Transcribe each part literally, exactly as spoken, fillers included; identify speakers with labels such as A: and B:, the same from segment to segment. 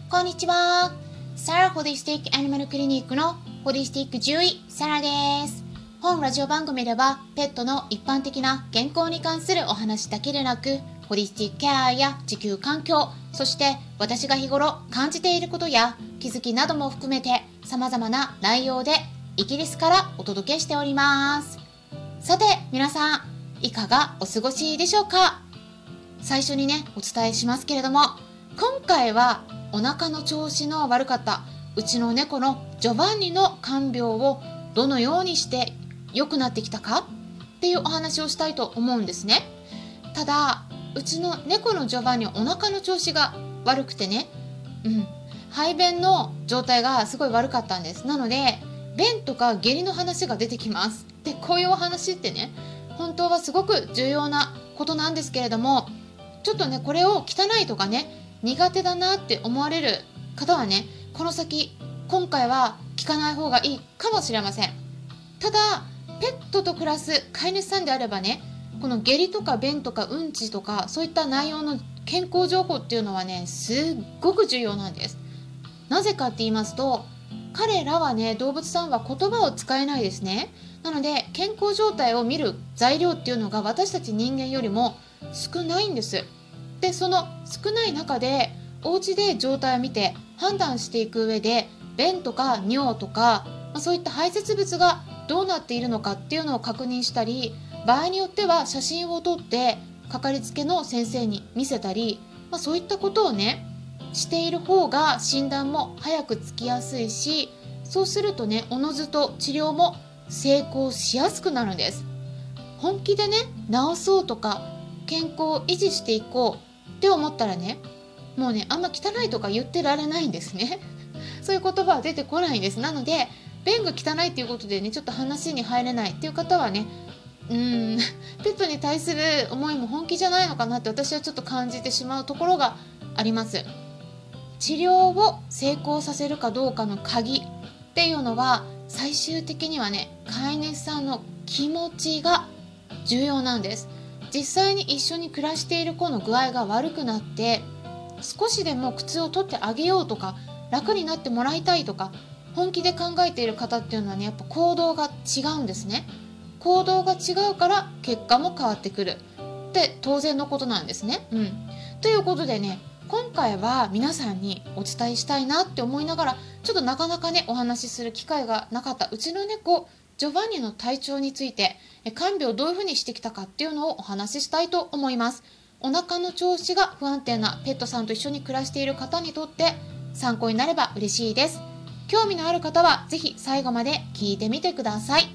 A: こんにちは。サラホリスティックアニマルクリニックのホリスティック獣医サラです。本ラジオ番組ではペットの一般的な健康に関するお話だけでなく、ホリスティックケアや地球環境、そして私が日頃感じていることや気づきなども含めて様々な内容でイギリスからお届けしております。さて皆さん、いかがお過ごしでしょうか。最初にねお伝えしますけれども、今回はお腹の調子の悪かったうちの猫のジョバンニの看病をどのようにして良くなってきたかっていうお話をしたいと思うんですね。ただうちの猫のジョバンニはお腹の調子が悪くてね、うん、排便の状態がすごい悪かったんです。なので便とか下痢の話が出てきます。でこういうお話ってね、本当はすごく重要なことなんですけれども、ちょっとねこれを汚いとかね苦手だなって思われる方はね、この先今回は聞かない方がいいかもしれません。ただペットと暮らす飼い主さんであればね、この下痢とか便とかうんちとかそういった内容の健康情報っていうのはね、すっごく重要なんです。なぜかって言いますと、彼らはね、動物さんは言葉を使えないですね。なので健康状態を見る材料っていうのが私たち人間よりも少ないんです。でその少ない中でお家で状態を見て判断していく上で、便とか尿とか、まあ、そういった排泄物がどうなっているのかっていうのを確認したり、場合によっては写真を撮ってかかりつけの先生に見せたり、まあ、そういったことをねしている方が診断も早くつきやすいし、そうするとねおのずと治療も成功しやすくなるんです。本気でね治そうとか健康を維持していこうって思ったらね、もうねあんま汚いとか言ってられないんですね。そういう言葉は出てこないんです。なので便が汚いっていうことでねちょっと話に入れないっていう方はね、うーんペットに対する思いも本気じゃないのかなって私はちょっと感じてしまうところがあります。治療を成功させるかどうかの鍵っていうのは、最終的にはね飼い主さんの気持ちが重要なんです。実際に一緒に暮らしている子の具合が悪くなって、少しでも苦痛を取ってあげようとか楽になってもらいたいとか本気で考えている方っていうのはね、やっぱ行動が違うんですね。行動が違うから結果も変わってくるって当然のことなんですね。うん、ということでね、今回は皆さんにお伝えしたいなって思いながら、ちょっとなかなかねお話しする機会がなかったうちの猫ジョバンニの体調について、看病をどういうふうにしてきたかっていうのをお話ししたいと思います。お腹の調子が不安定なペットさんと一緒に暮らしている方にとって参考になれば嬉しいです。興味のある方はぜひ最後まで聞いてみてください。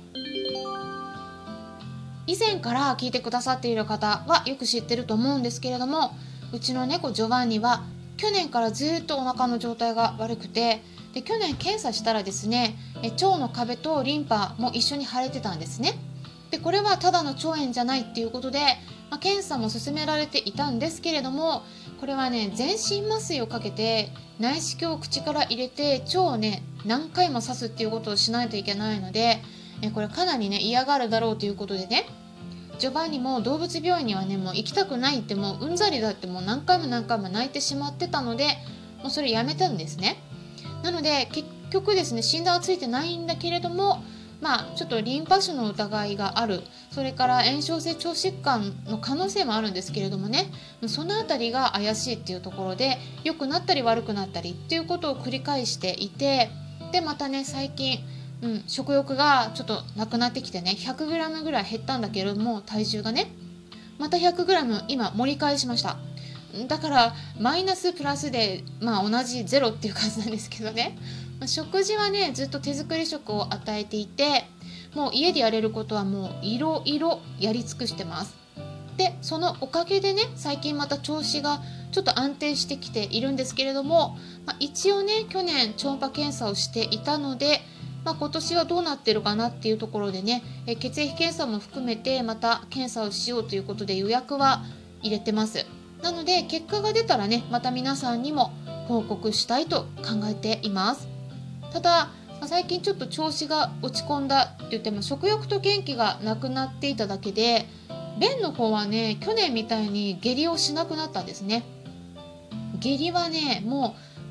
A: 以前から聞いてくださっている方はよく知ってると思うんですけれども、うちの猫ジョバンニは去年からずっとお腹の状態が悪くて、で去年検査したらですね、え腸の壁とリンパも一緒に腫れてたんですね。でこれはただの腸炎じゃないっていうことで、まあ、検査も勧められていたんですけれども、これはね全身麻酔をかけて内視鏡を口から入れて腸をね何回も刺すっていうことをしないといけないので、えこれかなりね嫌がるだろうということでね、ジョバンニも動物病院にはねもう行きたくないって、もううんざりだってもう何回も何回も泣いてしまってたので、もうそれやめたんですね。なので結局ですね診断はついてないんだけれども、まあちょっとリンパ腫の疑いがある、それから炎症性腸疾患の可能性もあるんですけれどもね、そのあたりが怪しいっていうところで良くなったり悪くなったりっていうことを繰り返していて、でまたね最近うん、食欲がちょっとなくなってきてね ひゃくグラム ぐらい減ったんだけれども、体重がねまた ひゃくグラム 今盛り返しました。だからマイナスプラスで、まあ、同じゼロっていう感じなんですけどね、食事はねずっと手作り食を与えていて、もう家でやれることはもういろいろやり尽くしてます。でそのおかげでね最近また調子がちょっと安定してきているんですけれども、まあ、一応ね去年超音波検査をしていたので、まあ、今年はどうなってるかなっていうところでね、え血液検査も含めてまた検査をしようということで予約は入れてます。なので結果が出たらねまた皆さんにも報告したいと考えています。ただ、まあ、最近ちょっと調子が落ち込んだって言っても食欲と元気がなくなっていただけで、便の方はね去年みたいに下痢をしなくなったんですね。下痢はねもう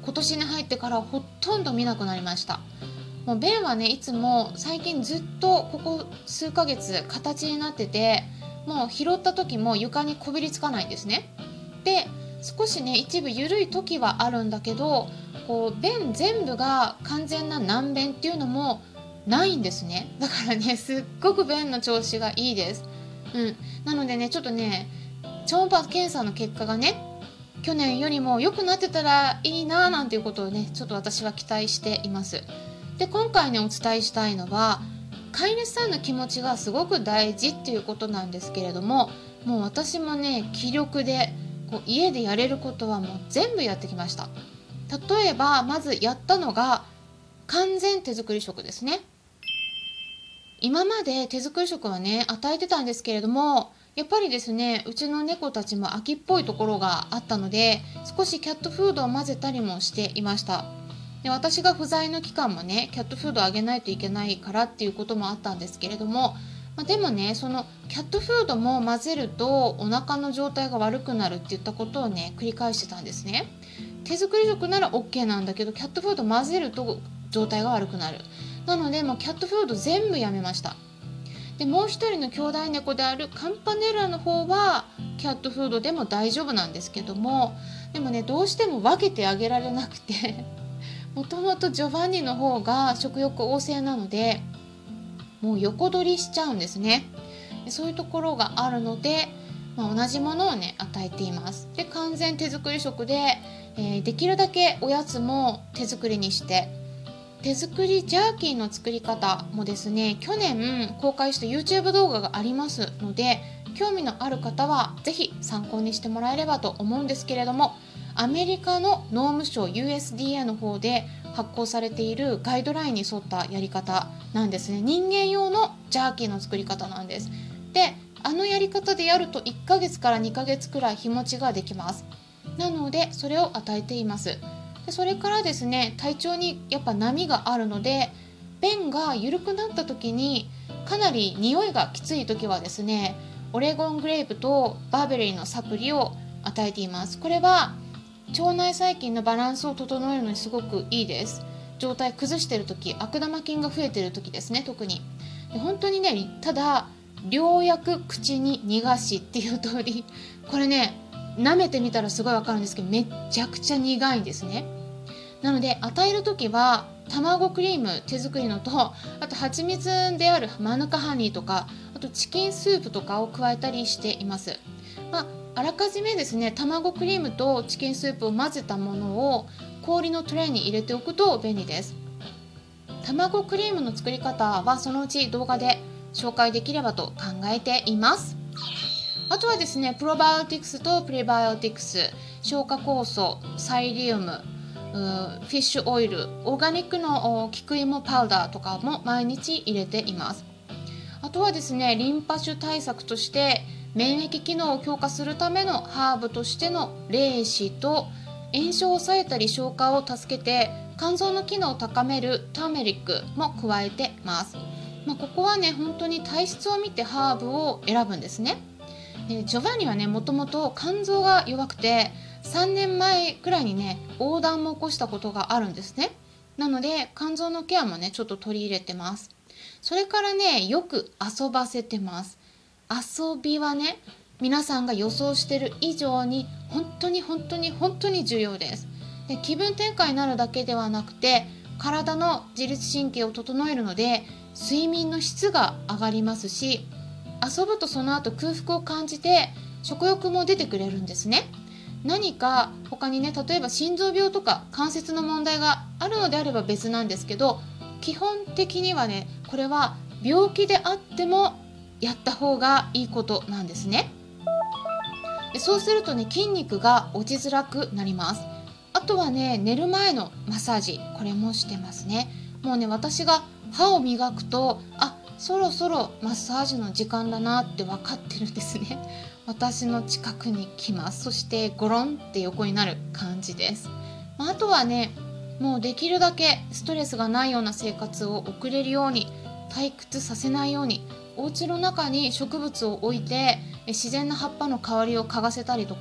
A: 今年に入ってからほとんど見なくなりました。もう便はね、いつも最近ずっとここ数ヶ月形になってて、もう拾った時も床にこびりつかないんですね。で少しね一部緩い時はあるんだけど、こう便全部が完全な軟便っていうのもないんですね。だからね、すっごく便の調子がいいです。うん、なのでね、ちょっとね超音波検査の結果がね去年よりも良くなってたらいいななんていうことをね、ちょっと私は期待しています。で今回ねお伝えしたいのは、飼い主さんの気持ちがすごく大事っていうことなんですけれども、もう私もね気力でこう家でやれることはもう全部やってきました。例えばまずやったのが完全手作り食ですね。今まで手作り食はね与えてたんですけれども、やっぱりですねうちの猫たちも飽きっぽいところがあったので、少しキャットフードを混ぜたりもしていました。で私が不在の期間もねキャットフードをあげないといけないからっていうこともあったんですけれども、まあ、でもねそのキャットフードも混ぜるとお腹の状態が悪くなるって言ったことをね繰り返してたんですね。手作り食なら OK なんだけど、キャットフード混ぜると状態が悪くなる。なのでもうキャットフード全部やめました。でもう一人の兄弟猫であるカンパネラの方はキャットフードでも大丈夫なんですけども、でもねどうしても分けてあげられなくてもともとジョバンニの方が食欲旺盛なのでもう横取りしちゃうんですね。そういうところがあるので、まあ、同じものをね与えています。で完全手作り食で、えー、できるだけおやつも手作りにして、手作りジャーキーの作り方もですね去年公開した YouTube 動画がありますので、興味のある方はぜひ参考にしてもらえればと思うんですけれども、アメリカの農務省 ユーエスディーエー の方で発行されているガイドラインに沿ったやり方なんですね。人間用のジャーキーの作り方なんです。であのやり方でやるといっかげつからにかげつくらい日持ちができます。なのでそれを与えています。でそれからですね、体調にやっぱ波があるので、便が緩くなった時にかなり匂いがきつい時はですね、オレゴングレープとバーベリーのサプリを与えています。これは腸内細菌のバランスを整えるのにすごくいいです。状態崩してる時、悪玉菌が増えてる時ですね、特に。で本当にね、ただ良薬口に逃がしっていう通り、これね舐めてみたらすごいわかるんですけど、めっちゃくちゃ苦いんですね。なので与える時は卵クリーム手作りのと、あと蜂蜜であるマヌカハニーとか、あとチキンスープとかを加えたりしています。まあ、あらかじめですね卵クリームとチキンスープを混ぜたものを氷のトレイに入れておくと便利です。卵クリームの作り方はそのうち動画で紹介できればと考えています。あとはですね、プロバイオティクスとプレバイオティクス、消化酵素、サイリウム、フィッシュオイル、オーガニックの菊芋パウダーとかも毎日入れています。あとはですね、リンパ腫対策として免疫機能を強化するためのハーブとしてのレイシと、炎症を抑えたり消化を助けて肝臓の機能を高めるターメリックも加えてます。まあ、ここはね本当に体質を見てハーブを選ぶんですね。でジョバンニはねもともと肝臓が弱くてさんねんまえくらいにね横断も起こしたことがあるんですね。なので肝臓のケアもねちょっと取り入れてます。それからねよく遊ばせてます。遊びはね皆さんが予想してる以上に本当に本当に本当に重要です。で気分転換になるだけではなくて体の自律神経を整えるので睡眠の質が上がりますし、遊ぶとその後空腹を感じて食欲も出てくれるんですね。何か他にね例えば心臓病とか関節の問題があるのであれば別なんですけど、基本的にはねこれは病気であってもやった方がいいことなんですね。でそうするとね筋肉が落ちづらくなります。あとはね寝る前のマッサージ、これもしてますね。もうね私が歯を磨くとあそろそろマッサージの時間だなって分かってるんですね。私の近くに来ます。そしてゴロンって横になる感じです。あとはねもうできるだけストレスがないような生活を送れるように、退屈させないようにお家の中に植物を置いて自然な葉っぱの香りを嗅がせたりとか、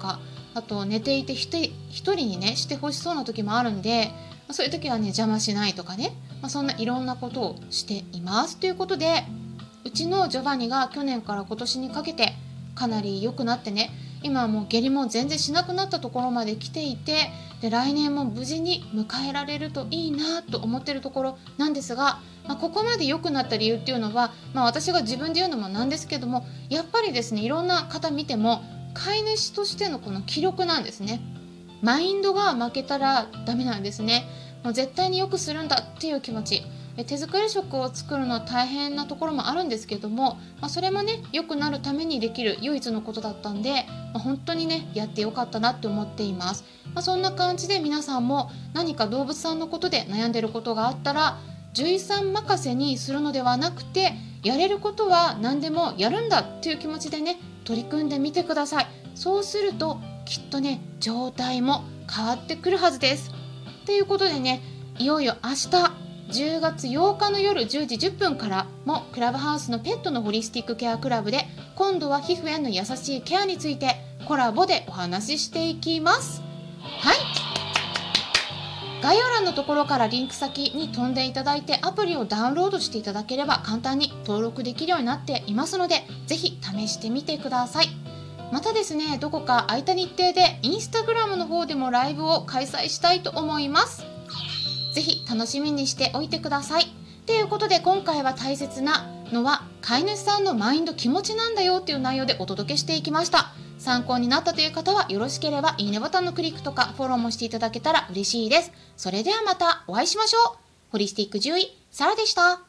A: あと寝ていて一人にねしてほしそうな時もあるんで、そういう時はね邪魔しないとかね、まあ、そんないろんなことをしていますということで、うちのジョバンニが去年から今年にかけてかなり良くなってね、今はもう下痢も全然しなくなったところまで来ていて、で来年も無事に迎えられるといいなと思ってるところなんですが、まあ、ここまで良くなった理由っていうのは、まあ、私が自分で言うのもなんですけども、やっぱりですね、いろんな方見ても飼い主としてのこの気力なんですね。マインドが負けたらダメなんですね。もう絶対に良くするんだっていう気持ち、手作り食を作るのは大変なところもあるんですけども、まあ、それもね良くなるためにできる唯一のことだったんで、まあ、本当にねやってよかったなって思っています。まあ、そんな感じで皆さんも何か動物さんのことで悩んでることがあったら、獣医さん任せにするのではなくて、やれることは何でもやるんだっていう気持ちでね取り組んでみてください。そうするときっとね状態も変わってくるはずです。ということでね、いよいよ明日じゅうがつようかの夜じゅうじじゅっぷんからもクラブハウスのペットのホリスティックケアクラブで、今度は皮膚への優しいケアについてコラボでお話ししていきます。はい、概要欄のところからリンク先に飛んでいただいて、アプリをダウンロードしていただければ簡単に登録できるようになっていますので、ぜひ試してみてください。またですね、どこか空いた日程でインスタグラムの方でもライブを開催したいと思います。ぜひ楽しみにしておいてください。ということで、今回は大切なのは飼い主さんのマインド、気持ちなんだよっていう内容でお届けしていきました。参考になったという方はよろしければいいねボタンのクリックとかフォローもしていただけたら嬉しいです。それではまたお会いしましょう。ホリスティック獣医サラでした。